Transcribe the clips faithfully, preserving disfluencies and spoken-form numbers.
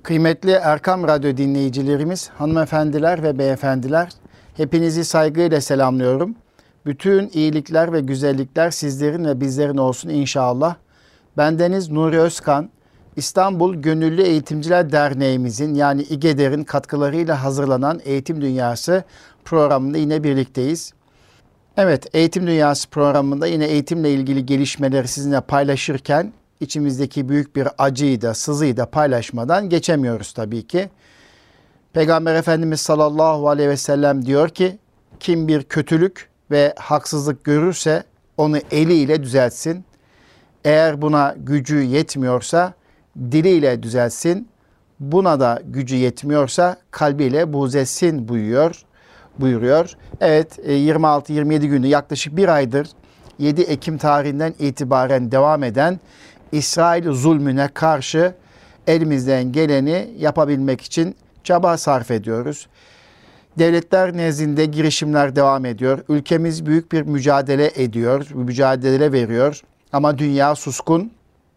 Kıymetli Erkam Radyo dinleyicilerimiz, hanımefendiler ve beyefendiler, hepinizi saygıyla selamlıyorum. Bütün iyilikler ve güzellikler sizlerin ve bizlerin olsun inşallah. Bendeniz Nuri Özkan, İstanbul Gönüllü Eğitimciler Derneğimizin yani İGEDER'in katkılarıyla hazırlanan Eğitim Dünyası programında yine birlikteyiz. Evet, Eğitim Dünyası programında yine eğitimle ilgili gelişmeleri sizinle paylaşırken içimizdeki büyük bir acıyı da sızıyı da paylaşmadan geçemiyoruz tabii ki. Peygamber Efendimiz sallallahu aleyhi ve sellem diyor ki, kim bir kötülük ve haksızlık görürse onu eliyle düzeltsin. Eğer buna gücü yetmiyorsa diliyle düzeltsin. Buna da gücü yetmiyorsa kalbiyle buğz etsin buyuruyor. buyuruyor. Evet, yirmi altı yirmi yedi günü yaklaşık bir aydır yedi Ekim tarihinden itibaren devam eden İsrail zulmüne karşı elimizden geleni yapabilmek için çaba sarf ediyoruz. Devletler nezdinde girişimler devam ediyor. Ülkemiz büyük bir mücadele ediyor, mücadele veriyor. Ama dünya suskun,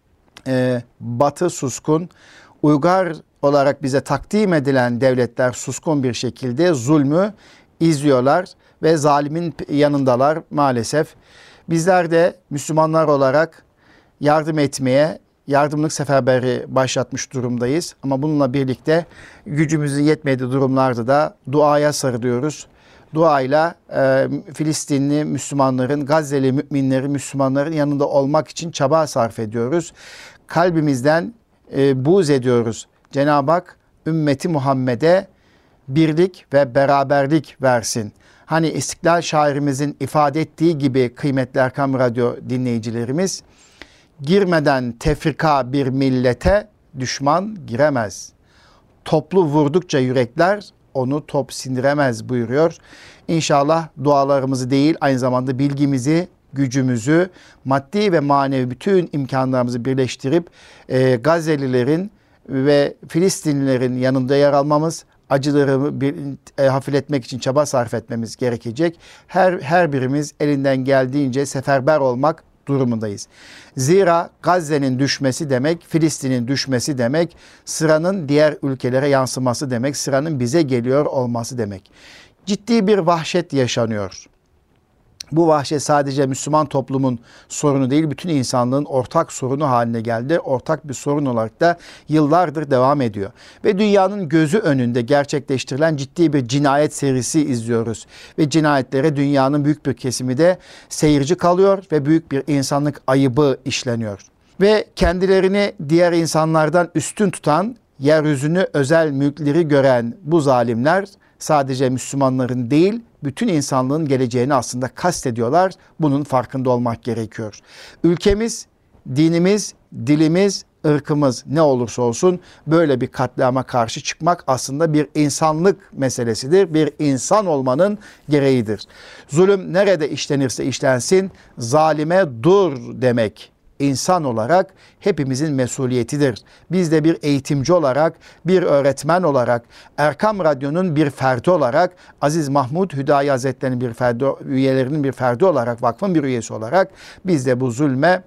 e, Batı suskun, uygar olarak bize takdim edilen devletler suskun bir şekilde zulmü izliyorlar ve zalimin yanındalar maalesef. Bizler de Müslümanlar olarak yardım etmeye, yardımlık seferberi başlatmış durumdayız. Ama bununla birlikte gücümüzün yetmediği durumlarda da duaya sarılıyoruz. Duayla e, Filistinli Müslümanların, Gazze'li müminlerin, Müslümanların yanında olmak için çaba sarf ediyoruz. Kalbimizden e, buğz ediyoruz. Cenab-ı Hak ümmeti Muhammed'e birlik ve beraberlik versin. Hani İstiklal şairimizin ifade ettiği gibi kıymetli Erkam Radyo dinleyicilerimiz, girmeden tefrika bir millete düşman giremez. Toplu vurdukça yürekler onu top sindiremez buyuruyor. İnşallah dualarımızı değil aynı zamanda bilgimizi, gücümüzü, maddi ve manevi bütün imkanlarımızı birleştirip e, Gazze'lilerin ve Filistinlilerin yanında yer almamız, acıları bir, e, hafifletmek için çaba sarf etmemiz gerekecek. Her her birimiz elinden geldiğince seferber olmak durumundayız. Zira Gazze'nin düşmesi demek, Filistin'in düşmesi demek, sıranın diğer ülkelere yansıması demek, sıranın bize geliyor olması demek. Ciddi bir vahşet yaşanıyor. Bu vahşet sadece Müslüman toplumun sorunu değil, bütün insanlığın ortak sorunu haline geldi. Ortak bir sorun olarak da yıllardır devam ediyor. Ve dünyanın gözü önünde gerçekleştirilen ciddi bir cinayet serisi izliyoruz. Ve cinayetlere dünyanın büyük bir kesimi de seyirci kalıyor ve büyük bir insanlık ayıbı işleniyor. Ve kendilerini diğer insanlardan üstün tutan, yeryüzünü özel mülkleri gören bu zalimler sadece Müslümanların değil, bütün insanlığın geleceğini aslında kastediyorlar. Bunun farkında olmak gerekiyor. Ülkemiz, dinimiz, dilimiz, ırkımız ne olursa olsun böyle bir katliama karşı çıkmak aslında bir insanlık meselesidir. Bir insan olmanın gereğidir. Zulüm nerede işlenirse işlensin, zalime dur demek İnsan olarak hepimizin mesuliyetidir. Biz de bir eğitimci olarak, bir öğretmen olarak, Erkam Radyo'nun bir ferdi olarak, Aziz Mahmud Hüdayi Hazretleri'nin bir ferdi, üyelerinin bir ferdi olarak, vakfın bir üyesi olarak biz de bu zulme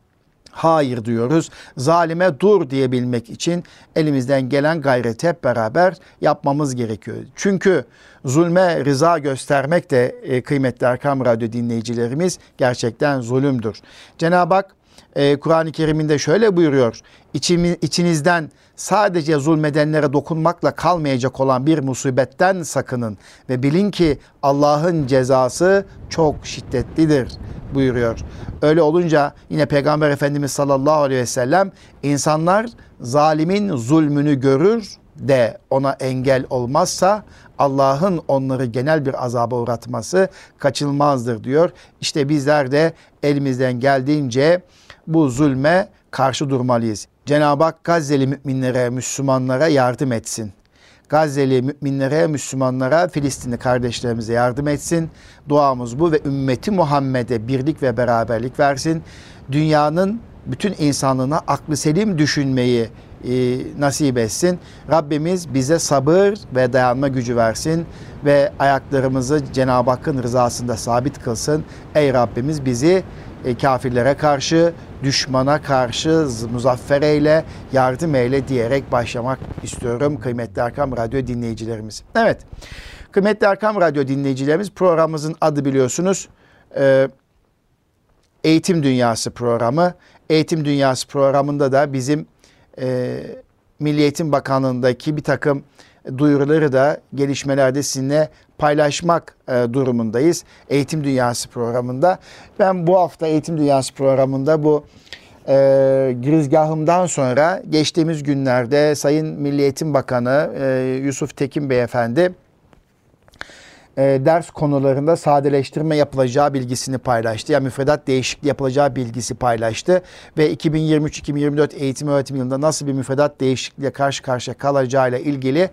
hayır diyoruz. Zalime dur diyebilmek için elimizden gelen gayreti hep beraber yapmamız gerekiyor. Çünkü zulme rıza göstermek de e, kıymetli Erkam Radyo dinleyicilerimiz gerçekten zulümdür. Cenab-ı Hak Ee, Kur'an-ı Kerim'inde şöyle buyuruyor. İçimi, içinizden sadece zulmedenlere dokunmakla kalmayacak olan bir musibetten sakının ve bilin ki Allah'ın cezası çok şiddetlidir buyuruyor. Öyle olunca yine Peygamber Efendimiz sallallahu aleyhi ve sellem insanlar zalimin zulmünü görür de ona engel olmazsa Allah'ın onları genel bir azaba uğratması kaçınılmazdır diyor. İşte bizler de elimizden geldiğince bu zulme karşı durmalıyız. Cenab-ı Hak Gazze'li müminlere, Müslümanlara yardım etsin. Gazze'li müminlere, Müslümanlara, Filistinli kardeşlerimize yardım etsin. Duamız bu ve ümmeti Muhammed'e birlik ve beraberlik versin. Dünyanın bütün insanlığına aklı selim düşünmeyi e, nasip etsin. Rabbimiz bize sabır ve dayanma gücü versin ve ayaklarımızı Cenab-ı Hakk'ın rızasında sabit kılsın. Ey Rabbimiz bizi e, kafirlere karşı, düşmana karşı muzaffer eyle, yardım eyle diyerek başlamak istiyorum kıymetli Erkam Radyo dinleyicilerimiz. Evet, kıymetli Erkam Radyo dinleyicilerimiz, programımızın adı biliyorsunuz e, Eğitim Dünyası programı. Eğitim Dünyası programında da bizim e, Milli Eğitim Bakanlığı'ndaki bir takım duyuruları da gelişmelerde sizinle paylaşmak e, durumundayız. Eğitim Dünyası programında. Ben bu hafta Eğitim Dünyası programında bu e, girizgahımdan sonra geçtiğimiz günlerde Sayın Milli Eğitim Bakanı e, Yusuf Tekin Beyefendi E, ders konularında sadeleştirme yapılacağı bilgisini paylaştı. Yani müfredat değişikliği yapılacağı bilgisi paylaştı. Ve iki bin yirmi üç iki bin yirmi dört eğitim öğretim yılında nasıl bir müfredat değişikliğiyle karşı karşıya kalacağıyla ilgili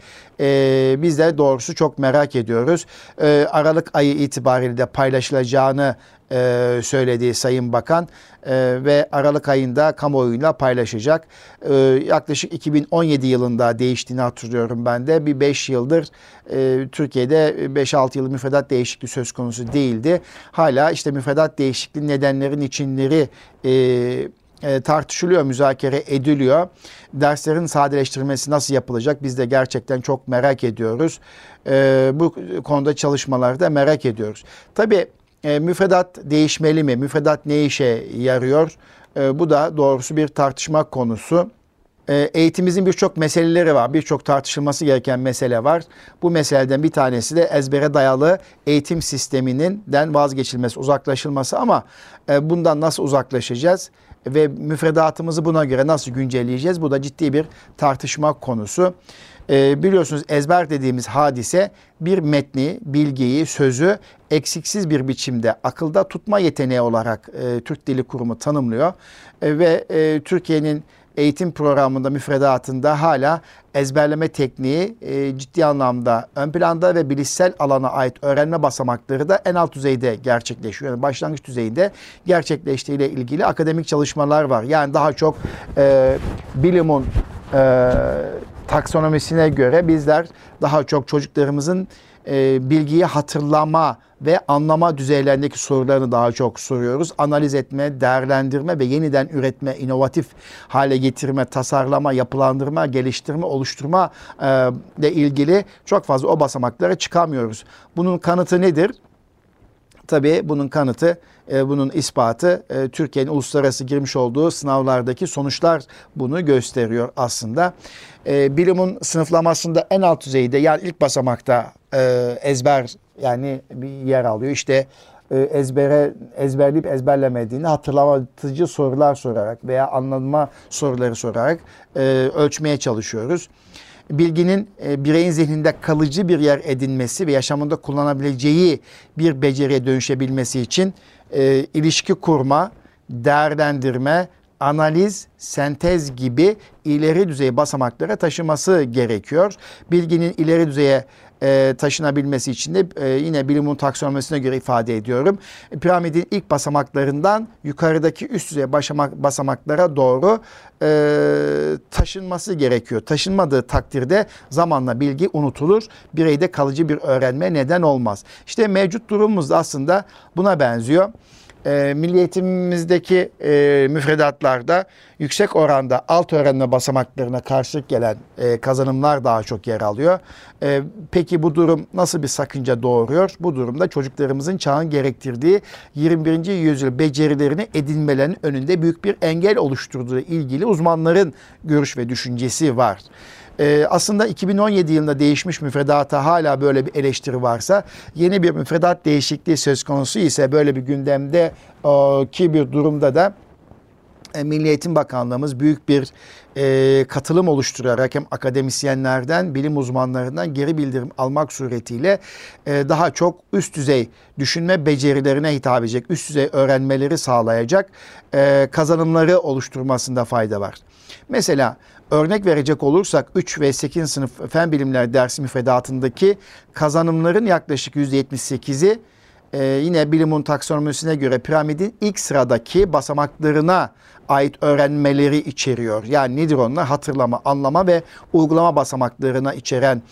e, biz de doğrusu çok merak ediyoruz. E, Aralık ayı itibariyle de paylaşılacağını e, söyledi Sayın Bakan e, ve Aralık ayında kamuoyuyla paylaşacak. E, yaklaşık iki bin on yedi yılında değiştiğini hatırlıyorum ben de. Bir beş yıldır e, Türkiye'de beş altı yıl müfredat değişikliği söz konusu değildi. Hala işte müfredat değişikliği nedenlerin içinleri e, e, tartışılıyor, müzakere ediliyor. Derslerin sadeleştirilmesi nasıl yapılacak? Biz de gerçekten çok merak ediyoruz. E, bu konuda çalışmaları da merak ediyoruz. Tabii E, müfredat değişmeli mi? Müfredat ne işe yarıyor? E, bu da doğrusu bir tartışma konusu. E, eğitimimizin birçok meseleleri var. Birçok tartışılması gereken mesele var. Bu meseleden bir tanesi de ezbere dayalı eğitim sisteminden vazgeçilmesi, uzaklaşılması. Ama e, bundan nasıl uzaklaşacağız? Ve müfredatımızı buna göre nasıl güncelleyeceğiz? Bu da ciddi bir tartışma konusu. Ee, biliyorsunuz ezber dediğimiz hadise bir metni, bilgiyi, sözü eksiksiz bir biçimde akılda tutma yeteneği olarak e, Türk Dili Kurumu tanımlıyor. E, ve e, Türkiye'nin eğitim programında, müfredatında hala ezberleme tekniği e, ciddi anlamda ön planda ve bilişsel alana ait öğrenme basamakları da en alt düzeyde gerçekleşiyor. Yani başlangıç düzeyinde gerçekleştiğiyle ilgili akademik çalışmalar var. Yani daha çok e, bilimin e, taksonomisine göre bizler daha çok çocuklarımızın e, bilgiyi hatırlama ve anlama düzeylerindeki sorularını daha çok soruyoruz. Analiz etme, değerlendirme ve yeniden üretme, inovatif hale getirme, tasarlama, yapılandırma, geliştirme, oluşturma e, ile ilgili çok fazla o basamaklara çıkamıyoruz. Bunun kanıtı nedir? Tabii bunun kanıtı, e, bunun ispatı e, Türkiye'nin uluslararası girmiş olduğu sınavlardaki sonuçlar bunu gösteriyor aslında. E, bilimin sınıflamasında en alt düzeyde, yani ilk basamakta e, ezber yani bir yer alıyor. İşte e, ezbere ezberleyip ezberlemediğini hatırlatıcı sorular sorarak veya anlama soruları sorarak e, ölçmeye çalışıyoruz. Bilginin e, bireyin zihninde kalıcı bir yer edinmesi ve yaşamında kullanabileceği bir beceriye dönüşebilmesi için e, ilişki kurma, değerlendirme, analiz, sentez gibi ileri düzey basamaklara taşıması gerekiyor. Bilginin ileri düzeye e, taşınabilmesi için de e, yine bilimin taksonomisine göre ifade ediyorum. Piramidin ilk basamaklarından yukarıdaki üst düzey basamak, basamaklara doğru e, taşınması gerekiyor. Taşınmadığı takdirde zamanla bilgi unutulur. Bireyde kalıcı bir öğrenme neden olmaz. İşte mevcut durumumuz da aslında buna benziyor. E, milli eğitimimizdeki e, müfredatlarda yüksek oranda alt öğrenme basamaklarına karşılık gelen e, kazanımlar daha çok yer alıyor. E, peki bu durum nasıl bir sakınca doğuruyor? Bu durumda çocuklarımızın çağın gerektirdiği yirmi birinci yüzyıl becerilerini edinmelerinin önünde büyük bir engel oluşturduğu ilgili uzmanların görüş ve düşüncesi var. Ee, aslında iki bin on yedi yılında değişmiş müfredata hala böyle bir eleştiri varsa, yeni bir müfredat değişikliği söz konusu ise böyle bir gündemde e, ki bir durumda da e, Milli Eğitim Bakanlığımız büyük bir e, katılım oluşturarak hem akademisyenlerden, bilim uzmanlarından geri bildirim almak suretiyle e, daha çok üst düzey düşünme becerilerine hitap edecek, üst düzey öğrenmeleri sağlayacak e, kazanımları oluşturmasında fayda var. Mesela örnek verecek olursak üç ve sekizinci sınıf fen bilimleri dersi müfredatındaki kazanımların yaklaşık yüzde yetmiş sekizi e, yine bilimin taksonomisine göre piramidin ilk sıradaki basamaklarına ait öğrenmeleri içeriyor. Yani nedir onlar? Hatırlama, anlama ve uygulama basamaklarına içeren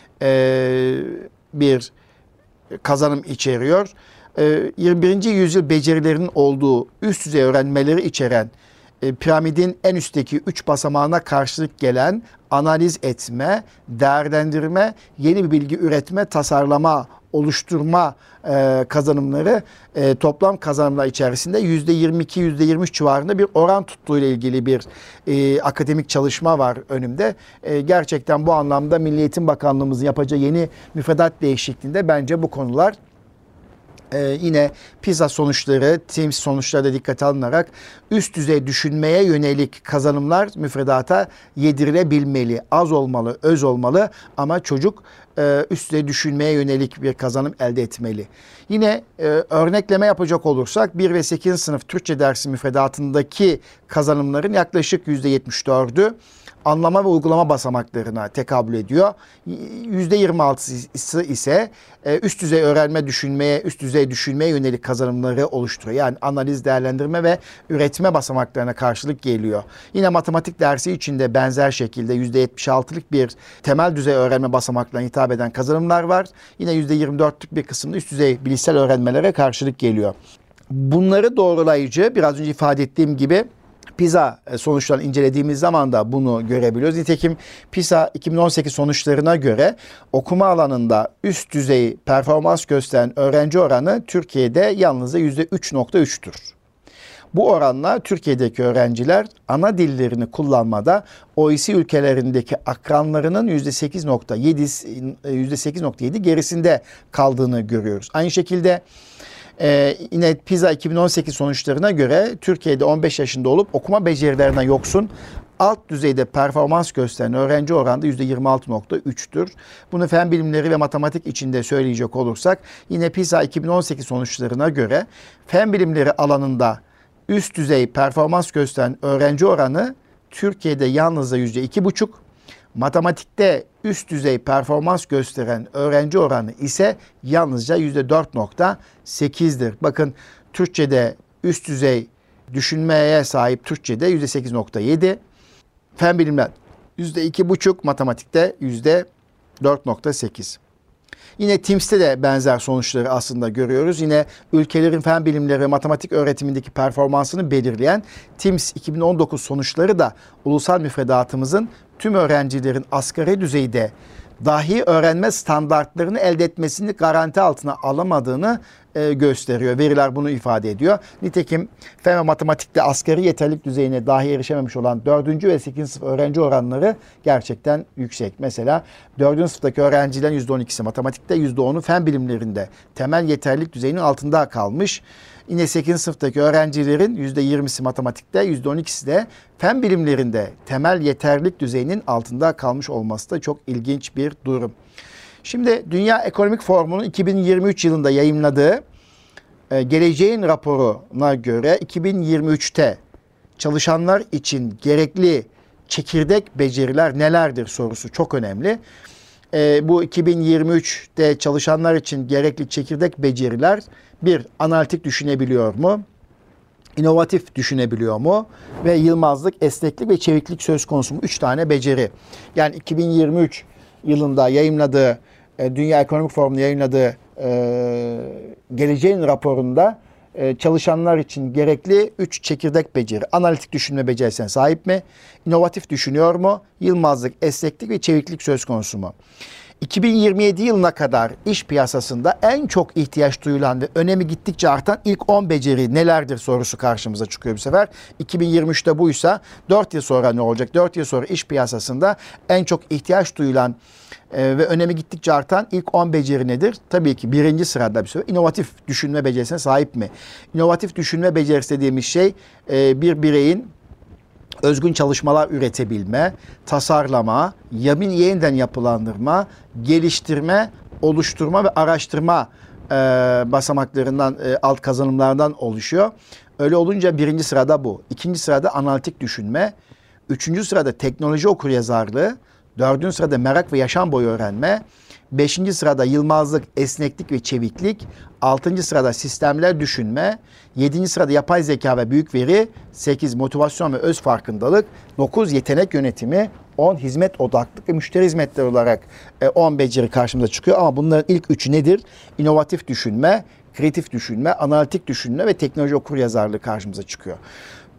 e, bir kazanım içeriyor. E, yirmi birinci yüzyıl becerilerinin olduğu üst düzey öğrenmeleri içeren e, piramidin en üstteki üç basamağına karşılık gelen analiz etme, değerlendirme, yeni bir bilgi üretme, tasarlama, oluşturma e, kazanımları e, toplam kazanımlar içerisinde yüzde yirmi iki yüzde yirmi üç civarında bir oran tuttuğu ile ilgili bir e, akademik çalışma var önümde. E, gerçekten bu anlamda Milli Eğitim Bakanlığımızın yapacağı yeni müfredat değişikliğinde bence bu konular Ee, yine PISA sonuçları, TIMSS sonuçları da dikkate alınarak üst düzey düşünmeye yönelik kazanımlar müfredata yedirilebilmeli. Az olmalı, öz olmalı ama çocuk e, üst düzey düşünmeye yönelik bir kazanım elde etmeli. Yine e, örnekleme yapacak olursak bir ve sekizinci sınıf Türkçe dersi müfredatındaki kazanımların yaklaşık yüzde yetmiş dördü anlama ve uygulama basamaklarına tekabül ediyor. yüzde yirmi altısı ise üst düzey öğrenme düşünmeye, üst düzey düşünmeye yönelik kazanımları oluşturuyor. Yani analiz, değerlendirme ve üretme basamaklarına karşılık geliyor. Yine matematik dersi içinde benzer şekilde yüzde yetmiş altılık bir temel düzey öğrenme basamaklarına hitap eden kazanımlar var. Yine yüzde yirmi dörtlük bir kısımda üst düzey bilişsel öğrenmelere karşılık geliyor. Bunları doğrulayıcı, biraz önce ifade ettiğim gibi PISA sonuçlarını incelediğimiz zaman da bunu görebiliyoruz. Nitekim PISA iki bin on sekiz sonuçlarına göre okuma alanında üst düzey performans gösteren öğrenci oranı Türkiye'de yalnızca yüzde üç nokta üç'tür. Bu oranla Türkiye'deki öğrenciler ana dillerini kullanmada O E C D ülkelerindeki akranlarının yüzde sekiz nokta yedi gerisinde kaldığını görüyoruz. Aynı şekilde Ee, yine PISA iki bin on sekiz sonuçlarına göre Türkiye'de on beş yaşında olup okuma becerilerine yoksun alt düzeyde performans gösteren öğrenci oranı yüzde yirmi altı nokta üç'tür. Bunu fen bilimleri ve matematik içinde söyleyecek olursak yine PISA iki bin on sekiz sonuçlarına göre fen bilimleri alanında üst düzey performans gösteren öğrenci oranı Türkiye'de yalnızca yüzde iki buçuk. Matematikte üst düzey performans gösteren öğrenci oranı ise yalnızca yüzde dört nokta sekiz'dir. Bakın Türkçe'de üst düzey düşünmeye sahip Türkçe'de yüzde sekiz nokta yedi. Fen bilimler yüzde iki buçuk, matematikte yüzde dört nokta sekiz. Yine TIMSS'te de benzer sonuçları aslında görüyoruz. Yine ülkelerin fen bilimleri ve matematik öğretimindeki performansını belirleyen TIMSS iki bin on dokuz sonuçları da ulusal müfredatımızın tüm öğrencilerin asgari düzeyde dahi öğrenme standartlarını elde etmesini garanti altına alamadığını e, gösteriyor. Veriler bunu ifade ediyor. Nitekim fen ve matematikte asgari yeterlilik düzeyine dahi erişememiş olan dördüncü ve sekizinci sınıf öğrenci oranları gerçekten yüksek. Mesela dördüncü sınıftaki öğrencilerin yüzde on iki'si matematikte, yüzde on'u fen bilimlerinde temel yeterlilik düzeyinin altında kalmış. Yine sekizinci sınıftaki öğrencilerin yüzde yirmi'si matematikte, yüzde on iki'si de fen bilimlerinde temel yeterlilik düzeyinin altında kalmış olması da çok ilginç bir durum. Şimdi Dünya Ekonomik Forumu'nun iki bin yirmi üç yılında yayımladığı e, Geleceğin raporuna göre iki bin yirmi üç'te çalışanlar için gerekli çekirdek beceriler nelerdir sorusu çok önemli. E, bu iki bin yirmi üç'te çalışanlar için gerekli çekirdek beceriler: bir, analitik düşünebiliyor mu? İnovatif düşünebiliyor mu? Ve yılmazlık, esneklik ve çeviklik söz konusu mu? Üç tane beceri. Yani iki bin yirmi üç yılında yayımladığı, e, Dünya Ekonomik Forumu'nun yayımladığı e, Geleceğin raporunda e, çalışanlar için gerekli üç çekirdek beceri. Analitik düşünme becerisine sahip mi? İnovatif düşünüyor mu? Yılmazlık, esneklik ve çeviklik söz konusu mu? iki bin yirmi yedi yılına kadar iş piyasasında en çok ihtiyaç duyulan ve önemi gittikçe artan ilk on beceri nelerdir sorusu karşımıza çıkıyor bu sefer. iki bin yirmi üç'te buysa dört yıl sonra ne olacak? dört yıl sonra iş piyasasında en çok ihtiyaç duyulan e, ve önemi gittikçe artan ilk on beceri nedir? Tabii ki birinci sırada bir soru. İnovatif düşünme becerisine sahip mi? İnovatif düşünme becerisi dediğimiz şey e, bir bireyin özgün çalışmalar üretebilme, tasarlama, yamin yeniden yapılandırma, geliştirme, oluşturma ve araştırma e, basamaklarından, e, alt kazanımlardan oluşuyor. Öyle olunca birinci sırada bu. İkinci sırada analitik düşünme. Üçüncü sırada teknoloji okuryazarlığı. Dördüncü sırada merak ve yaşam boyu öğrenme. Beşinci sırada yılmazlık, esneklik ve çeviklik. Altıncı sırada sistemler düşünme. Yedinci sırada yapay zeka ve büyük veri. Sekiz motivasyon ve öz farkındalık. Dokuz yetenek yönetimi. On hizmet odaklık ve müşteri hizmetleri olarak on beceri karşımıza çıkıyor. Ama bunların ilk üçü nedir? İnovatif düşünme, kreatif düşünme, analitik düşünme ve teknoloji okuryazarlığı karşımıza çıkıyor.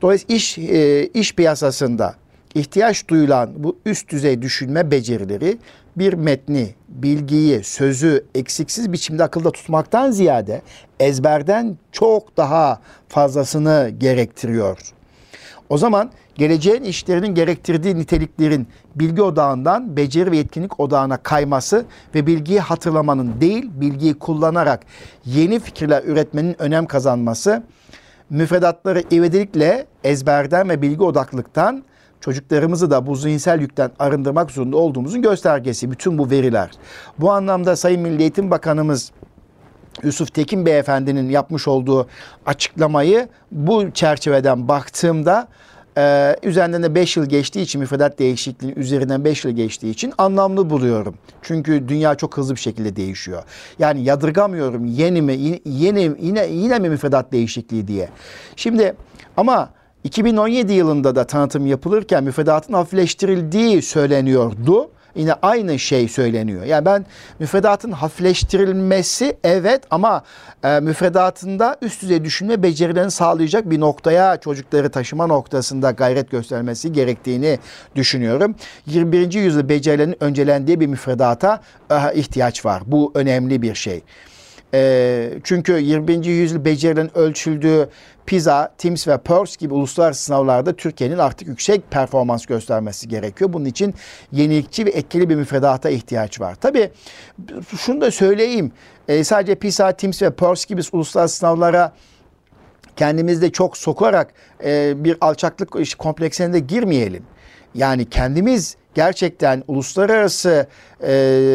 Dolayısıyla iş, e, iş piyasasında ihtiyaç duyulan bu üst düzey düşünme becerileri bir metni, bilgiyi, sözü eksiksiz biçimde akılda tutmaktan ziyade ezberden çok daha fazlasını gerektiriyor. O zaman geleceğin işlerinin gerektirdiği niteliklerin bilgi odağından beceri ve yetkinlik odağına kayması ve bilgiyi hatırlamanın değil, bilgiyi kullanarak yeni fikirler üretmenin önem kazanması, müfredatları ivedilikle ezberden ve bilgi odaklılıktan çocuklarımızı da bu zihinsel yükten arındırmak zorunda olduğumuzun göstergesi bütün bu veriler. Bu anlamda Sayın Milli Eğitim Bakanımız Yusuf Tekin Beyefendi'nin yapmış olduğu açıklamayı bu çerçeveden baktığımda e, üzerinden de beş yıl geçtiği için, müfredat değişikliğinin üzerinden beş yıl geçtiği için anlamlı buluyorum. Çünkü dünya çok hızlı bir şekilde değişiyor. Yani yadırgamıyorum yeni mi yeni yine yine mi müfredat değişikliği diye. Şimdi ama iki bin on yedi yılında da tanıtım yapılırken müfredatın hafifleştirildiği söyleniyordu. Yine aynı şey söyleniyor. Yani ben müfredatın hafifleştirilmesi evet ama e, müfredatında üst düzey düşünme becerilerini sağlayacak bir noktaya çocukları taşıma noktasında gayret göstermesi gerektiğini düşünüyorum. yirmi birinci yüzyıl becerilerinin öncelendiği bir müfredata e, ihtiyaç var. Bu önemli bir şey. E, çünkü yirmi birinci yüzyıl becerilerin ölçüldüğü PISA, TIMSS ve PIRST gibi uluslararası sınavlarda Türkiye'nin artık yüksek performans göstermesi gerekiyor. Bunun için yenilikçi ve etkili bir müfredata ihtiyaç var. Tabii şunu da söyleyeyim. E, sadece PISA, TIMSS ve PIRST gibi uluslararası sınavlara kendimizde çok sokarak e, bir alçaklık kompleksine de girmeyelim. Yani kendimiz gerçekten uluslararası e,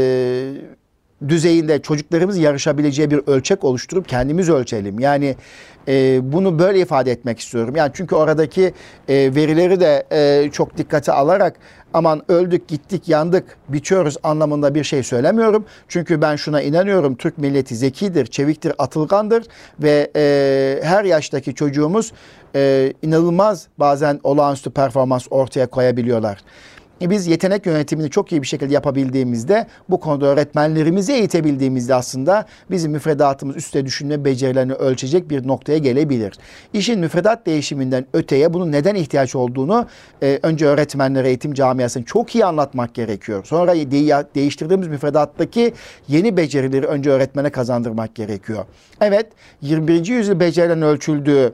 düzeyinde çocuklarımız yarışabileceği bir ölçek oluşturup kendimiz ölçelim. Yani e, bunu böyle ifade etmek istiyorum. Yani çünkü oradaki e, verileri de e, çok dikkate alarak aman öldük, gittik, yandık, bitiyoruz anlamında bir şey söylemiyorum. Çünkü ben şuna inanıyorum. Türk milleti zekidir, çeviktir, atılgandır ve e, her yaştaki çocuğumuz e, inanılmaz bazen olağanüstü performans ortaya koyabiliyorlar. Biz yetenek yönetimini çok iyi bir şekilde yapabildiğimizde, bu konuda öğretmenlerimizi eğitebildiğimizde aslında bizim müfredatımız üstte düşünme becerilerini ölçecek bir noktaya gelebilir. İşin müfredat değişiminden öteye bunun neden ihtiyaç olduğunu e, önce öğretmenlere, eğitim camiasına çok iyi anlatmak gerekiyor. Sonra de- değiştirdiğimiz müfredattaki yeni becerileri önce öğretmene kazandırmak gerekiyor. Evet, yirmi birinci yüzyıl becerilerin ölçüldüğü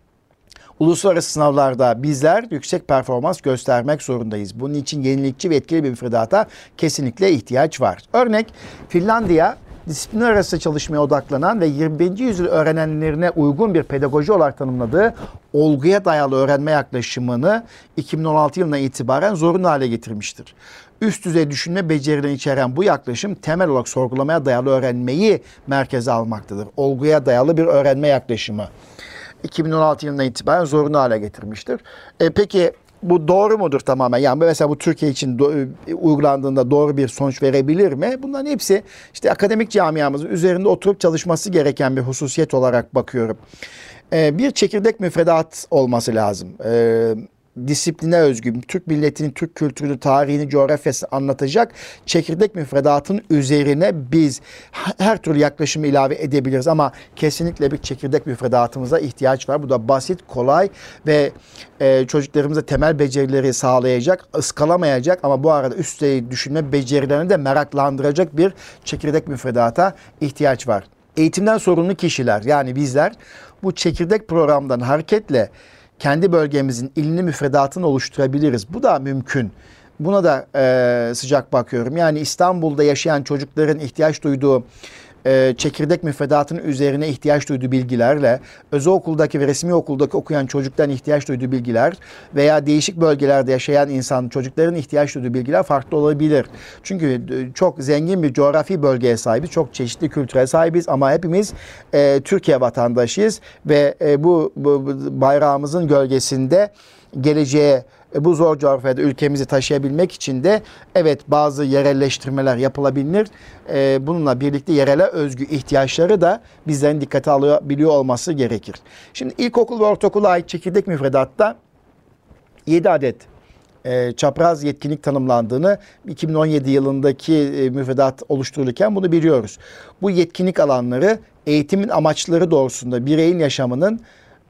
uluslararası sınavlarda bizler yüksek performans göstermek zorundayız. Bunun için yenilikçi ve etkili bir müfredata kesinlikle ihtiyaç var. Örnek Finlandiya disiplinler arası çalışmaya odaklanan ve yirmi birinci yüzyıl öğrenenlerine uygun bir pedagoji olarak tanımladığı olguya dayalı öğrenme yaklaşımını iki bin on altı yılından itibaren zorunlu hale getirmiştir. Üst düzey düşünme becerilerini içeren bu yaklaşım temel olarak sorgulamaya dayalı öğrenmeyi merkeze almaktadır. Olguya dayalı bir öğrenme yaklaşımı iki bin on altı yılından itibaren zorunlu hale getirmiştir. E, peki bu doğru mudur tamamen? Yani mesela bu Türkiye için do- uygulandığında doğru bir sonuç verebilir mi? Bunların hepsi işte akademik camiamızın üzerinde oturup çalışması gereken bir hususiyet olarak bakıyorum. E, bir çekirdek müfredat olması lazım. E, disipline özgü, Türk milletinin, Türk kültürünü, tarihini, coğrafyasını anlatacak çekirdek müfredatın üzerine biz her türlü yaklaşımı ilave edebiliriz ama kesinlikle bir çekirdek müfredatımıza ihtiyaç var. Bu da basit, kolay ve e, çocuklarımıza temel becerileri sağlayacak, ıskalamayacak ama bu arada üst düzey düşünme becerilerini de meraklandıracak bir çekirdek müfredata ihtiyaç var. Eğitimden sorumlu kişiler, yani bizler bu çekirdek programdan hareketle kendi bölgemizin ilini müfredatını oluşturabiliriz. Bu da mümkün. Buna da e, sıcak bakıyorum. Yani İstanbul'da yaşayan çocukların ihtiyaç duyduğu e, çekirdek müfredatının üzerine ihtiyaç duyduğu bilgilerle özel okuldaki ve resmi okuldaki okuyan çocukların ihtiyaç duyduğu bilgiler veya değişik bölgelerde yaşayan insan çocukların ihtiyaç duyduğu bilgiler farklı olabilir. Çünkü çok zengin bir coğrafi bölgeye sahibiz, çok çeşitli kültüre sahibiz ama hepimiz e, Türkiye vatandaşıyız ve e, bu, bu bayrağımızın gölgesinde geleceğe bu zor coğrafyada ülkemizi taşıyabilmek için de evet bazı yerelleştirmeler yapılabilir. Ee, bununla birlikte yerele özgü ihtiyaçları da bizlerin dikkate alabiliyor olması gerekir. Şimdi ilkokul ve ortaokula ait çekirdek müfredatta yedi adet e, çapraz yetkinlik tanımlandığını iki bin on yedi yılındaki e, müfredat oluşturulurken bunu biliyoruz. Bu yetkinlik alanları eğitimin amaçları doğrusunda bireyin yaşamının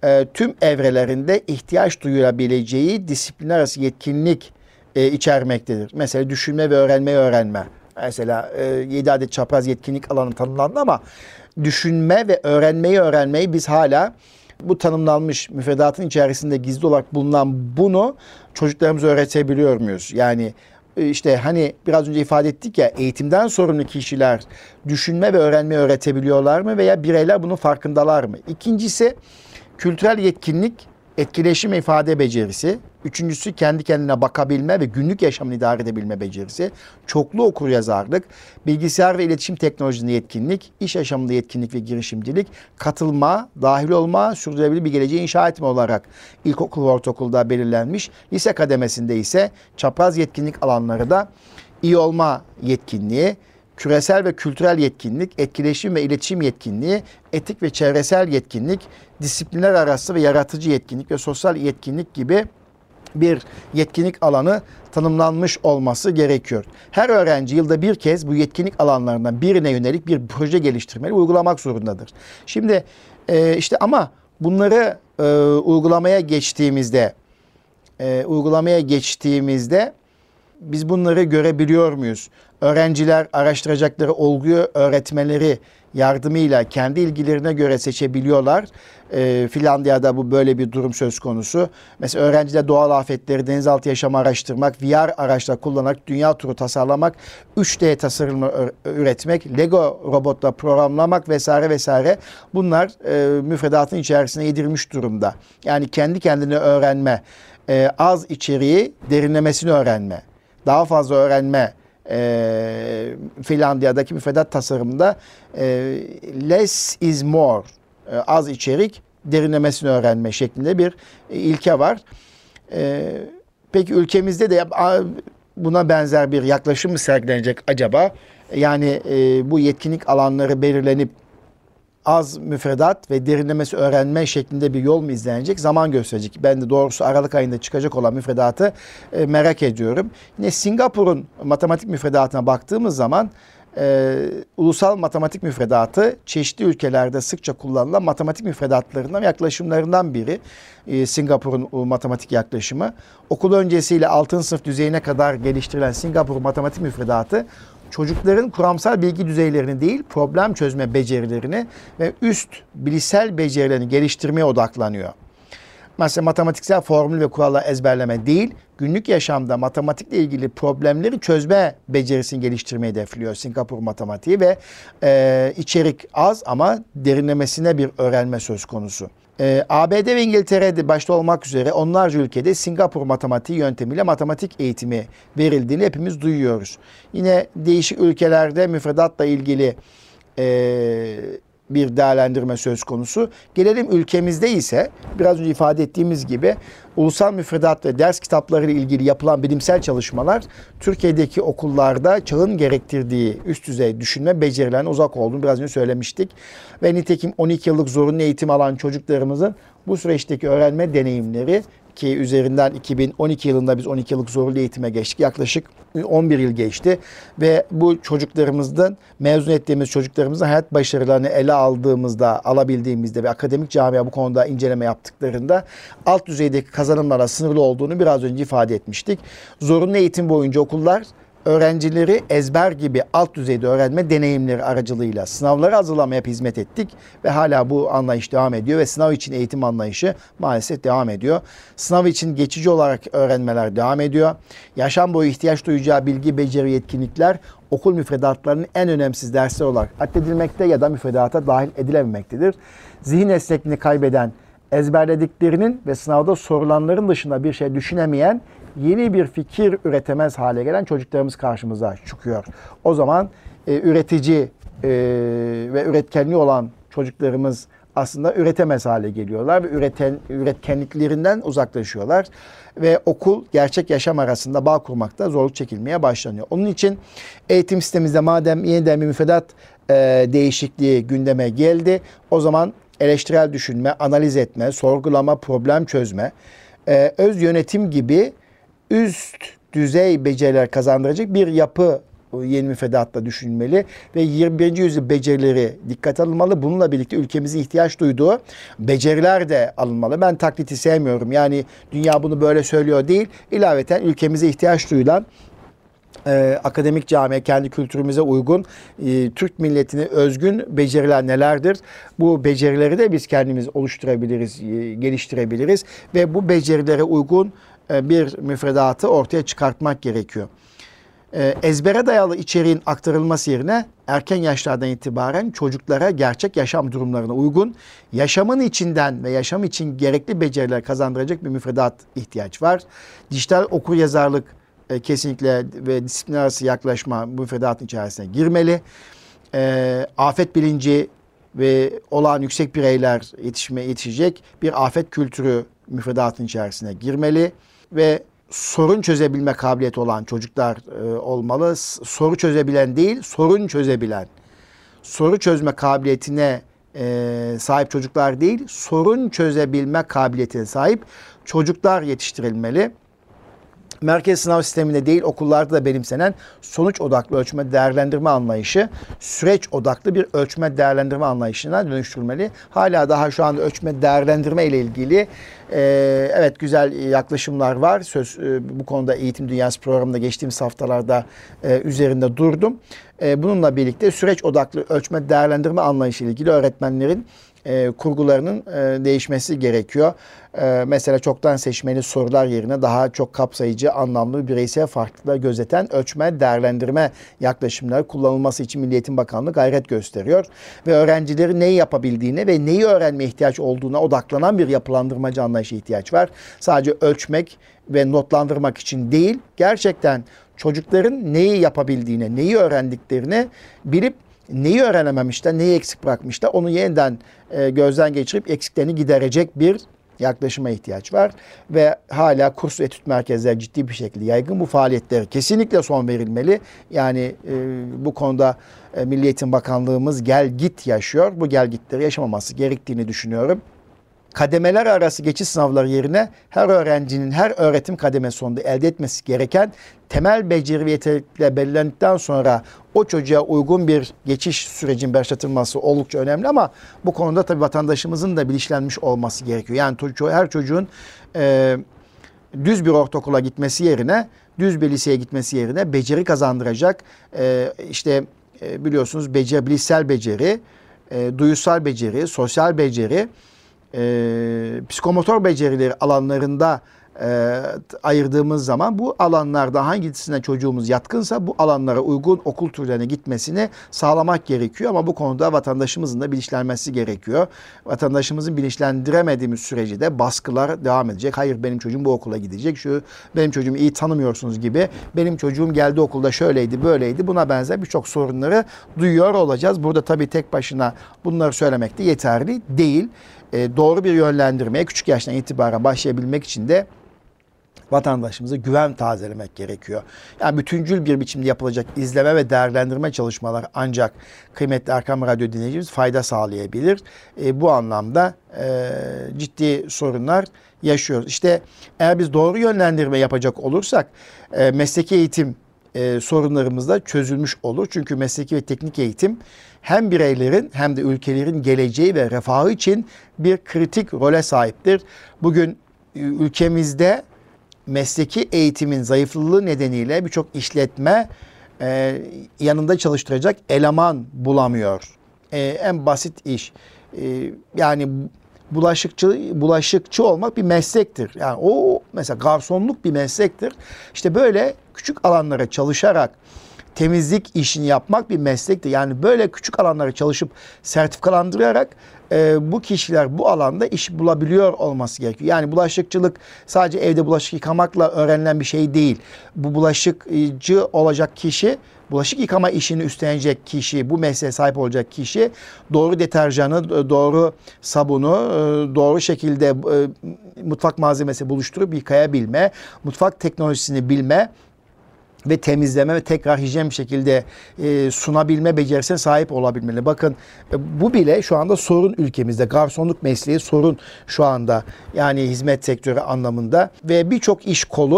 e, tüm evrelerinde ihtiyaç duyulabileceği disiplin arası yetkinlik e, içermektedir. Mesela düşünme ve öğrenmeyi öğrenme. Mesela e, yedi adet çapraz yetkinlik alanı tanımlandı ama düşünme ve öğrenmeyi öğrenmeyi biz hala bu tanımlanmış müfredatın içerisinde gizli olarak bulunan bunu çocuklarımıza öğretebiliyor muyuz? Yani işte hani biraz önce ifade ettik ya, eğitimden sorumlu kişiler düşünme ve öğrenmeyi öğretebiliyorlar mı veya bireyler bunun farkındalar mı? İkincisi kültürel yetkinlik, etkileşim ve ifade becerisi. Üçüncüsü kendi kendine bakabilme ve günlük yaşamını idare edebilme becerisi. Çoklu okuryazarlık, bilgisayar ve iletişim teknolojisinde yetkinlik, iş yaşamında yetkinlik ve girişimcilik, katılma, dahil olma, sürdürülebilir bir geleceği inşa etme olarak ilkokul ve ortaokulda belirlenmiş. Lise kademesinde ise çapraz yetkinlik alanları da iyi olma yetkinliği, küresel ve kültürel yetkinlik, etkileşim ve iletişim yetkinliği, etik ve çevresel yetkinlik, disiplinler arası ve yaratıcı yetkinlik ve sosyal yetkinlik gibi bir yetkinlik alanı tanımlanmış olması gerekiyor. Her öğrenci yılda bir kez bu yetkinlik alanlarından birine yönelik bir proje geliştirmeli, uygulamak zorundadır. Şimdi e, işte ama bunları e, uygulamaya geçtiğimizde, e, uygulamaya geçtiğimizde biz bunları görebiliyor muyuz? Öğrenciler araştıracakları olguyu öğretmenleri yardımıyla kendi ilgilerine göre seçebiliyorlar. E, Finlandiya'da bu böyle bir durum söz konusu. Mesela öğrenciler doğal afetleri, denizaltı yaşamı araştırmak, V R araçlar kullanarak dünya turu tasarlamak, üç D tasarımı üretmek, Lego robotla programlamak vesaire vesaire. Bunlar e, müfredatın içerisine yedirilmiş durumda. Yani kendi kendine öğrenme, e, az içeriği derinlemesine öğrenme, daha fazla öğrenme. E, Finlandiya'daki müfredat tasarımında e, less is more, e, az içerik derinlemesine öğrenme şeklinde bir e, ilke var. E, peki ülkemizde de buna benzer bir yaklaşım mı sergilenecek acaba? Yani e, bu yetkinlik alanları belirlenip az müfredat ve derinlemesi öğrenme şeklinde bir yol mu izlenecek? Zaman gösterecek. Ben de doğrusu Aralık ayında çıkacak olan müfredatı e, merak ediyorum. Yine Singapur'un matematik müfredatına baktığımız zaman e, ulusal matematik müfredatı çeşitli ülkelerde sıkça kullanılan matematik müfredatlarından, yaklaşımlarından biri. E, Singapur'un matematik yaklaşımı. Okul öncesiyle altıncı sınıf düzeyine kadar geliştirilen Singapur matematik müfredatı çocukların kuramsal bilgi düzeylerini değil, problem çözme becerilerini ve üst bilişsel becerilerini geliştirmeye odaklanıyor. Mesela matematiksel formül ve kurallar ezberleme değil, günlük yaşamda matematikle ilgili problemleri çözme becerisini geliştirmeyi hedefliyor Singapur matematiği ve e, içerik az ama derinlemesine bir öğrenme söz konusu. Ee, A B D ve İngiltere'de başta olmak üzere onlarca ülkede Singapur matematiği yöntemiyle matematik eğitimi verildiğini hepimiz duyuyoruz. Yine değişik ülkelerde müfredatla ilgili e, bir değerlendirme söz konusu. Gelelim ülkemizde ise biraz önce ifade ettiğimiz gibi ulusal müfredat ve ders kitapları ile ilgili yapılan bilimsel çalışmalar Türkiye'deki okullarda çağın gerektirdiği üst düzey düşünme becerilerine uzak olduğunu biraz önce söylemiştik. Ve nitekim on iki yıllık zorunlu eğitim alan çocuklarımızın bu süreçteki öğrenme deneyimleri, ki üzerinden iki bin on iki yılında biz on iki yıllık zorunlu eğitime geçtik. Yaklaşık on bir yıl geçti ve bu çocuklarımızdan, mezun ettiğimiz çocuklarımızın hayat başarılarını ele aldığımızda, alabildiğimizde ve akademik camia bu konuda inceleme yaptıklarında alt düzeydeki kazanımlara sınırlı olduğunu biraz önce ifade etmiştik. Zorunlu eğitim boyunca okullar öğrencileri ezber gibi alt düzeyde öğrenme deneyimleri aracılığıyla sınavları hazırlamaya hizmet ettik ve hala bu anlayış devam ediyor ve sınav için eğitim anlayışı maalesef devam ediyor. Sınav için geçici olarak öğrenmeler devam ediyor. Yaşam boyu ihtiyaç duyacağı bilgi, beceri, yetkinlikler okul müfredatlarının en önemsiz dersler olarak addedilmekte ya da müfredata dahil edilememektedir. Zihin esnekliğini kaybeden, ezberlediklerinin ve sınavda sorulanların dışında bir şey düşünemeyen, yeni bir fikir üretemez hale gelen çocuklarımız karşımıza çıkıyor. O zaman e, üretici e, ve üretkenliği olan çocuklarımız aslında üretemez hale geliyorlar ve üreten, üretkenliklerinden uzaklaşıyorlar. Ve okul, gerçek yaşam arasında bağ kurmakta zorluk çekilmeye başlanıyor. Onun için eğitim sistemimizde madem yeniden bir müfredat e, değişikliği gündeme geldi, o zaman eleştirel düşünme, analiz etme, sorgulama, problem çözme, e, öz yönetim gibi üst düzey beceriler kazandıracak bir yapı yeni müfredatta düşünülmeli ve yirmi birinci yüzyıl becerileri dikkate alınmalı. Bununla birlikte ülkemizin ihtiyaç duyduğu beceriler de alınmalı. Ben taklidi sevmiyorum. Yani dünya bunu böyle söylüyor değil. İlaveten ülkemize ihtiyaç duyulan Ee, akademik camiye, kendi kültürümüze uygun, e, Türk milletine özgün beceriler nelerdir? Bu becerileri de biz kendimiz oluşturabiliriz, e, geliştirebiliriz ve bu becerilere uygun e, bir müfredatı ortaya çıkartmak gerekiyor. E, ezbere dayalı içeriğin aktarılması yerine erken yaşlardan itibaren çocuklara gerçek yaşam durumlarına uygun, yaşamın içinden ve yaşam için gerekli beceriler kazandıracak bir müfredat ihtiyaç var. Dijital okuryazarlık kesinlikle ve disiplin arası yaklaşma bu müfredatın içerisine girmeli. E, afet bilinci ve olağan yüksek bireyler yetişmeye yetişecek bir afet kültürü müfredatın içerisine girmeli ve sorun çözebilme kabiliyeti olan çocuklar e, olmalı. Soru çözebilen değil, sorun çözebilen. Soru çözme kabiliyetine e, sahip çocuklar değil, sorun çözebilme kabiliyetine sahip çocuklar yetiştirilmeli. Merkez sınav sisteminde değil, okullarda da benimsenen sonuç odaklı ölçme değerlendirme anlayışı süreç odaklı bir ölçme değerlendirme anlayışına dönüştürülmeli. Hala daha şu anda ölçme değerlendirme ile ilgili e, evet güzel yaklaşımlar var. Söz e, bu konuda Eğitim Dünyası programında geçtiğimiz haftalarda e, üzerinde durdum. E, bununla birlikte süreç odaklı ölçme değerlendirme anlayışı ile ilgili öğretmenlerin E, kurgularının e, değişmesi gerekiyor. E, mesela çoktan seçmeli sorular yerine daha çok kapsayıcı, anlamlı, bireysel farklılıklar gözeten ölçme, değerlendirme yaklaşımları kullanılması için Milli Eğitim Bakanlığı gayret gösteriyor. Ve öğrencilerin neyi yapabildiğine ve neyi öğrenmeye ihtiyaç olduğuna odaklanan bir yapılandırmacı anlayışa ihtiyaç var. Sadece ölçmek ve notlandırmak için değil, gerçekten çocukların neyi yapabildiğine, neyi öğrendiklerini bilip neyi öğrenememişler, neyi eksik bırakmışlar onu yeniden e, gözden geçirip eksiklerini giderecek bir yaklaşıma ihtiyaç var. Ve hala kurs ve etüt merkezleri ciddi bir şekilde yaygın. Bu faaliyetlere kesinlikle son verilmeli. Yani e, bu konuda e, Milli Eğitim Bakanlığımız gel git yaşıyor. Bu gel gitleri yaşamaması gerektiğini düşünüyorum. Kademeler arası geçiş sınavları yerine her öğrencinin her öğretim kademesi sonunda elde etmesi gereken temel beceri ve yetenekler belirlendikten sonra o çocuğa uygun bir geçiş sürecinin başlatılması oldukça önemli ama bu konuda tabii vatandaşımızın da bilinçlenmiş olması gerekiyor. Yani her çocuğun e, düz bir ortaokula gitmesi yerine, düz bir liseye gitmesi yerine beceri kazandıracak e, işte e, biliyorsunuz beceri, bilişsel beceri, e, duyusal beceri, sosyal beceri, E, psikomotor becerileri alanlarında e, ayırdığımız zaman bu alanlarda hangisine çocuğumuz yatkınsa bu alanlara uygun okul türlerine gitmesini sağlamak gerekiyor. Ama bu konuda vatandaşımızın da bilinçlenmesi gerekiyor. Vatandaşımızın bilinçlendiremediğimiz sürece de baskılar devam edecek. Hayır benim çocuğum bu okula gidecek. Şu benim çocuğumu iyi tanımıyorsunuz gibi. Benim çocuğum geldi okulda şöyleydi böyleydi. Buna benzer birçok sorunları duyuyor olacağız. Burada tabii tek başına bunları söylemek de yeterli değil. E, doğru bir yönlendirmeye küçük yaştan itibaren başlayabilmek için de vatandaşımıza güven tazelemek gerekiyor. Yani bütüncül bir biçimde yapılacak izleme ve değerlendirme çalışmaları ancak kıymetli Erkam Radyo dinleyicimiz fayda sağlayabilir. E, bu anlamda e, ciddi sorunlar yaşıyoruz. İşte eğer biz doğru yönlendirme yapacak olursak e, mesleki eğitim e, sorunlarımız da çözülmüş olur. Çünkü mesleki ve teknik eğitim hem bireylerin hem de ülkelerin geleceği ve refahı için bir kritik role sahiptir. Bugün ülkemizde mesleki eğitimin zayıflığı nedeniyle birçok işletme e, yanında çalıştıracak eleman bulamıyor. E, en basit iş. E, yani bulaşıkçı bulaşıkçı olmak bir meslektir. Yani o mesela garsonluk bir meslektir. İşte böyle küçük alanlara çalışarak temizlik işini yapmak bir meslektir. Yani böyle küçük alanlara çalışıp sertifikalandırarak e, bu kişiler bu alanda iş bulabiliyor olması gerekiyor. Yani bulaşıkçılık sadece evde bulaşık yıkamakla öğrenilen bir şey değil. Bu bulaşıkçı olacak kişi, bulaşık yıkama işini üstlenecek kişi, bu mesleğe sahip olacak kişi doğru deterjanı, doğru sabunu, doğru şekilde mutfak malzemesi buluşturup yıkayabilme, mutfak teknolojisini bilme ve temizleme ve tekrar hijyen bir şekilde e, sunabilme becerisine sahip olabilmeli. Bakın e, bu bile şu anda sorun ülkemizde. Garsonluk mesleği sorun şu anda. Yani hizmet sektörü anlamında ve birçok iş kolu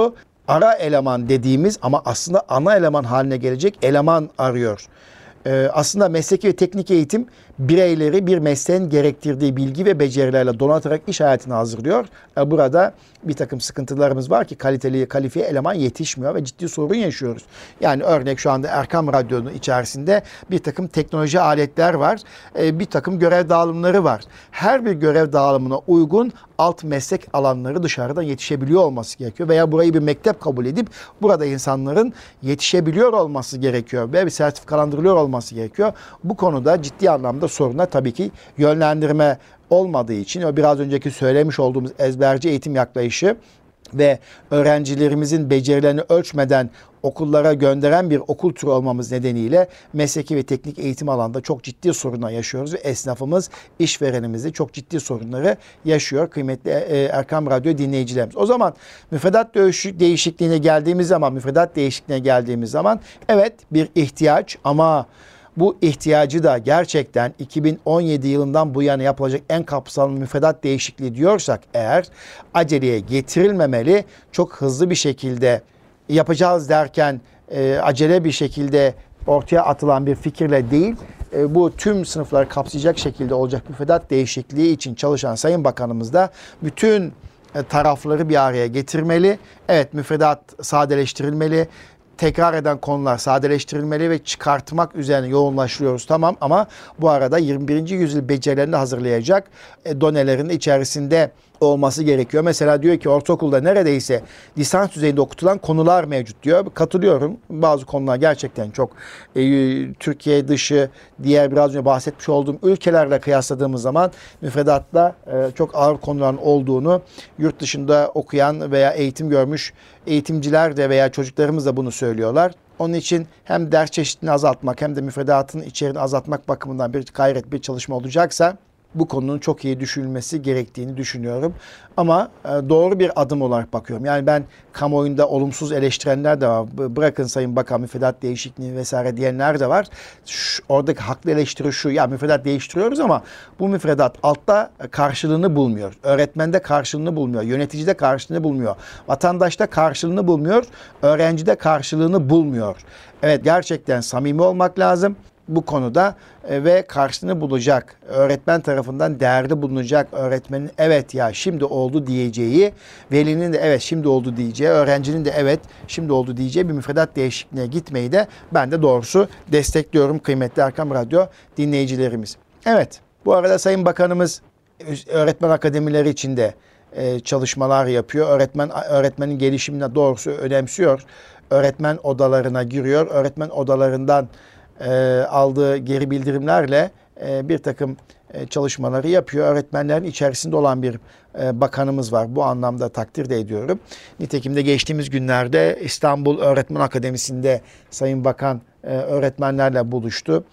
ara eleman dediğimiz ama aslında ana eleman haline gelecek eleman arıyor. Ee, aslında mesleki ve teknik eğitim bireyleri bir mesleğin gerektirdiği bilgi ve becerilerle donatarak iş hayatına hazırlıyor. Ee, burada bir takım sıkıntılarımız var ki kaliteli, kalifiye eleman yetişmiyor ve ciddi sorun yaşıyoruz. Yani örnek şu anda Erkam Radyo'nun içerisinde bir takım teknoloji aletler var. Ee, bir takım görev dağılımları var. Her bir görev dağılımına uygun alt meslek alanları dışarıdan yetişebiliyor olması gerekiyor. Veya burayı bir mektep kabul edip burada insanların yetişebiliyor olması gerekiyor. Ve bir sertifikalandırılıyor olması gerekiyor. Bu konuda ciddi anlamda sorunlar tabii ki yönlendirme olmadığı için o biraz önceki söylemiş olduğumuz ezberci eğitim yaklaşışı ve öğrencilerimizin becerilerini ölçmeden okullara gönderen bir okul türü olmamız nedeniyle mesleki ve teknik eğitim alanında çok ciddi sorunlar yaşıyoruz ve esnafımız, işverenimiz de çok ciddi sorunları yaşıyor kıymetli Erkam Radyo dinleyicilerimiz. O zaman müfredat değişikliğine geldiğimiz zaman, müfredat değişikliğine geldiğimiz zaman evet bir ihtiyaç ama bu ihtiyacı da gerçekten iki bin on yedi yılından bu yana yapılacak en kapsamlı müfredat değişikliği diyorsak eğer aceleye getirilmemeli, çok hızlı bir şekilde yapacağız derken e, acele bir şekilde ortaya atılan bir fikirle değil, e, bu tüm sınıfları kapsayacak şekilde olacak müfredat değişikliği için çalışan Sayın Bakanımız da bütün e, tarafları bir araya getirmeli. Evet, müfredat sadeleştirilmeli. Tekrar eden konular sadeleştirilmeli ve çıkartmak üzerine yoğunlaşıyoruz. Tamam ama bu arada yirmi birinci yüzyıl becerilerini hazırlayacak e, donelerin içerisinde olması gerekiyor. Mesela diyor ki ortaokulda neredeyse lisans düzeyinde okutulan konular mevcut diyor. Katılıyorum. Bazı konular gerçekten çok e, Türkiye dışı, diğer biraz önce bahsetmiş olduğum ülkelerle kıyasladığımız zaman müfredatta e, çok ağır konuların olduğunu yurt dışında okuyan veya eğitim görmüş eğitimciler de veya çocuklarımız da bunu söylüyorlar. Onun için hem ders çeşitliliğini azaltmak hem de müfredatın içeriğini azaltmak bakımından bir gayret, bir çalışma olacaksa bu konunun çok iyi düşünülmesi gerektiğini düşünüyorum. Ama doğru bir adım olarak bakıyorum. Yani ben kamuoyunda olumsuz eleştirenler de var. Bırakın Sayın Bakan müfredat değişikliği vesaire diyenler de var. Şu, oradaki haklı eleştiri şu. Ya müfredat değiştiriyoruz ama bu müfredat altta karşılığını bulmuyor. Öğretmende karşılığını bulmuyor. Yöneticide karşılığını bulmuyor. Vatandaşta karşılığını bulmuyor. Öğrencide karşılığını bulmuyor. Evet, gerçekten samimi olmak lazım bu konuda ve karşılığını bulacak, öğretmen tarafından değerli bulunacak, öğretmenin evet ya şimdi oldu diyeceği, velinin de evet şimdi oldu diyeceği, öğrencinin de evet şimdi oldu diyeceği bir müfredat değişikliğine gitmeyi de ben de doğrusu destekliyorum kıymetli Erkam Radyo dinleyicilerimiz. Evet, bu arada Sayın Bakanımız öğretmen akademileri içinde çalışmalar yapıyor. Öğretmen öğretmenin gelişimine doğrusu önemsiyor. Öğretmen odalarına giriyor. Öğretmen odalarından E, aldığı geri bildirimlerle e, bir takım e, çalışmaları yapıyor. Öğretmenlerin içerisinde olan bir e, bakanımız var. Bu anlamda takdir de ediyorum. Nitekim de geçtiğimiz günlerde İstanbul Öğretmen Akademisi'nde Sayın Bakan e, öğretmenlerle buluştu.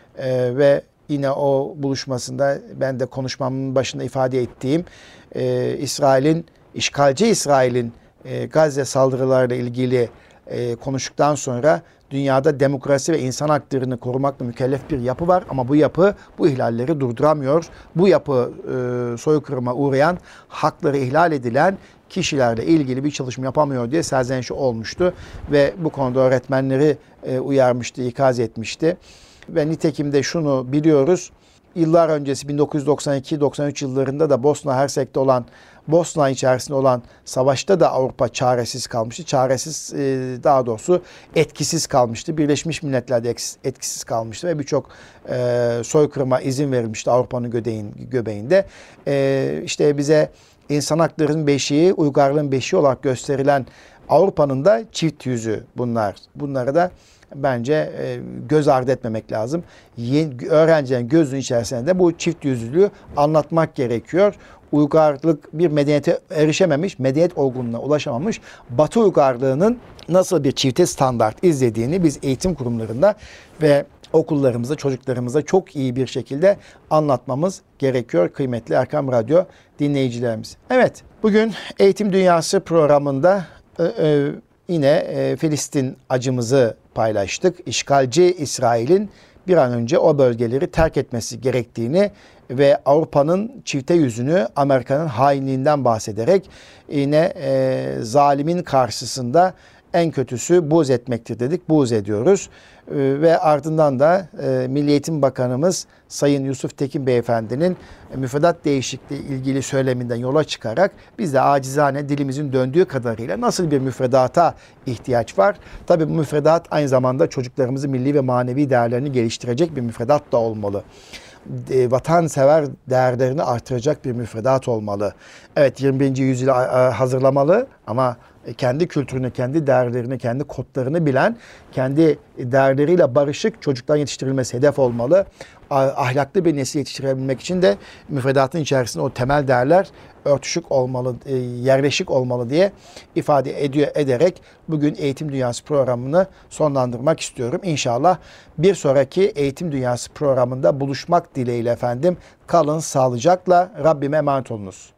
E, ve yine o buluşmasında ben de konuşmamın başında ifade ettiğim e, İsrail'in, işgalci İsrail'in e, Gazze saldırılarıyla ilgili e, konuştuktan sonra dünyada demokrasi ve insan haklarını korumakla mükellef bir yapı var ama bu yapı bu ihlalleri durduramıyor. Bu yapı e, soykırıma uğrayan, hakları ihlal edilen kişilerle ilgili bir çalışma yapamıyor diye serzenişi olmuştu ve bu konuda öğretmenleri e, uyarmıştı, ikaz etmişti. Ve nitekim de şunu biliyoruz. Yıllar öncesi bin dokuz yüz doksan iki doksan üç yıllarında da Bosna Hersek'te olan, Bosna içerisinde olan savaşta da Avrupa çaresiz kalmıştı. Çaresiz daha doğrusu etkisiz kalmıştı. Birleşmiş Milletler de etkisiz kalmıştı ve birçok soykırıma izin verilmişti Avrupa'nın göbeğinde. İşte bize insan haklarının beşiği, uygarlığın beşiği olarak gösterilen Avrupa'nın da çift yüzü bunlar. Bunları da bence e, göz ardı etmemek lazım. Yeni, öğrencilerin gözünün içerisinde de bu çift yüzlülüğü anlatmak gerekiyor. Uygarlık bir medeniyete erişememiş, medeniyet olgunluğuna ulaşamamış Batı uygarlığının nasıl bir çifte standart izlediğini biz eğitim kurumlarında ve okullarımızda, çocuklarımıza çok iyi bir şekilde anlatmamız gerekiyor kıymetli Erkam Radyo dinleyicilerimiz. Evet, bugün Eğitim Dünyası programında e, e, yine e, Filistin acımızı paylaştık. İşgalci İsrail'in bir an önce o bölgeleri terk etmesi gerektiğini ve Avrupa'nın çifte yüzünü, Amerika'nın hainliğinden bahsederek yine e, zalimin karşısında en kötüsü buğz etmektir dedik. Buğz ediyoruz. E, ve ardından da e, Milli Eğitim Bakanımız Sayın Yusuf Tekin Beyefendi'nin e, müfredat değişikliği ilgili söyleminden yola çıkarak biz de acizane dilimizin döndüğü kadarıyla nasıl bir müfredata ihtiyaç var? Tabii bu müfredat aynı zamanda çocuklarımızın milli ve manevi değerlerini geliştirecek bir müfredat da olmalı. E, vatansever değerlerini artıracak bir müfredat olmalı. Evet, yirmi birinci yüzyıla hazırlamalı ama kendi kültürünü, kendi değerlerini, kendi kodlarını bilen, kendi değerleriyle barışık çocukların yetiştirilmesi hedef olmalı. Ahlaklı bir nesil yetiştirebilmek için de müfredatın içerisinde o temel değerler örtüşük olmalı, yerleşik olmalı diye ifade ediyor ederek bugün Eğitim Dünyası programını sonlandırmak istiyorum. İnşallah bir sonraki Eğitim Dünyası programında buluşmak dileğiyle efendim. Kalın sağlıcakla, Rabbime emanet olunuz.